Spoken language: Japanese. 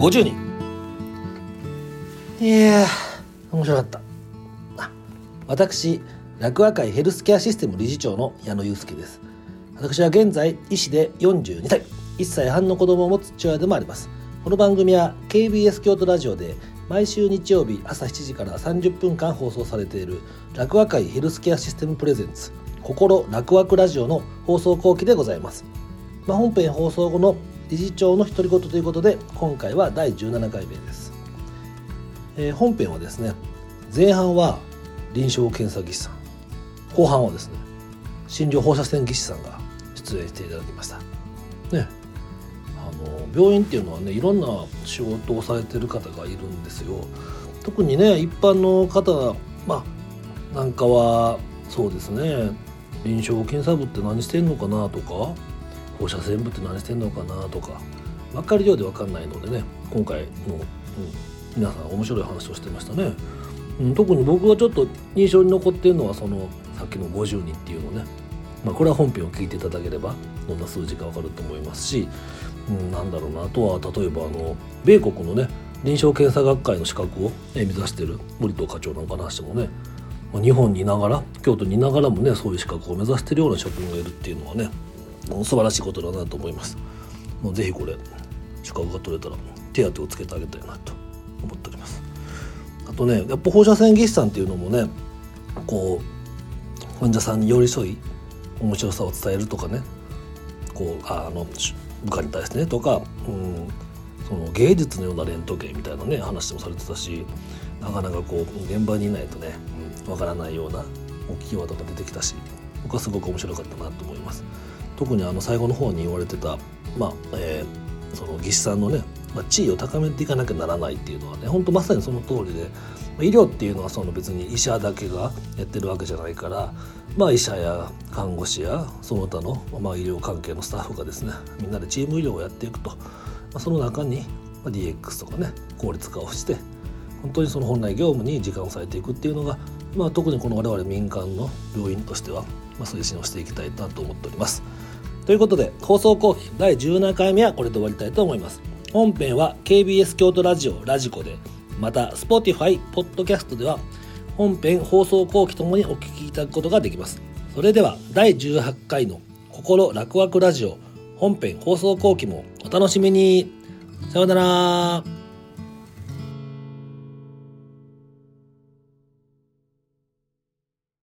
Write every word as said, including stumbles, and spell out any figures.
ごじゅうにん。いやー面白かった。私楽和会ヘルスケアシステム理事長の矢野祐介です。私は現在医師でよんじゅうにさい、いっさいはんの子供を持つ父親でもあります。この番組は ケービーエス 京都ラジオで毎週日曜日朝しちじからさんじゅっぷんかん放送されている楽和会ヘルスケアシステムプレゼンツ心楽和ラジオの放送後期でございます。まあ、本編放送後の理事長の独り言ということで今回はだいじゅうななかいめです。えー、本編はですね、前半は臨床検査技師さん、後半はですね診療放射線技師さんが出演していただきましたね。あの病院っていうのはね、いろんな仕事をされてる方がいるんですよ。特にね一般の方、まあなんかはそうですね、臨床検査部って何してんのかなとか、放射線部って何してんのかなとか分かるようで分かんないのでね、今回の、うん、皆さん面白い話をしてましたね。うん、特に僕がちょっと印象に残っているのはそのさっきのごじゅうにんっていうのね、まあ、これは本編を聞いていただければどんな数字か分かると思いますし、うん、なんだろうな、あとは例えばあの米国のね臨床検査学会の資格を、ね、目指している森藤課長なんかの話もね、まあ、日本にいながら京都にいながらもねそういう資格を目指しているような職員がいるっていうのはね、素晴らしいことだなと思います。もうぜひこれ資格が取れたら手当をつけてあげたいなと思っております。あとね、やっぱ放射線技師さんっていうのもね、こう患者さんに寄り添い面白さを伝えるとかね、こうあの部下に対してねとか、うん、その芸術のようなレントゲンみたいなね話もされてたし、なかなかこう現場にいないとねわ、うん、からないような大きいワードが出てきたし、僕はすごく面白かったなと思います。特にあの最後の方に言われてた、まあえー、その技師さんのね、まあ、地位を高めていかなきゃならないっていうのはね、本当まさにその通りで、医療っていうのはその別に医者だけがやってるわけじゃないから、まあ、医者や看護師やその他の、まあ、医療関係のスタッフがですね、みんなでチーム医療をやっていくと、まあ、その中に ディーエックス とかね効率化をして本当にその本来業務に時間を割いていくっていうのが、まあ、特にこの我々民間の病院としては、まあ、推進をしていきたいなと思っております。ということで放送後期だいじゅうななかいめはこれで終わりたいと思います。本編は ケービーエス 京都ラジオラジコで、また Spotify ポッドキャストでは本編放送後期ともにお聞きいただくことができます。それではだいじゅうはちかいの心楽和ラジオ本編放送後期もお楽しみに。さようなら。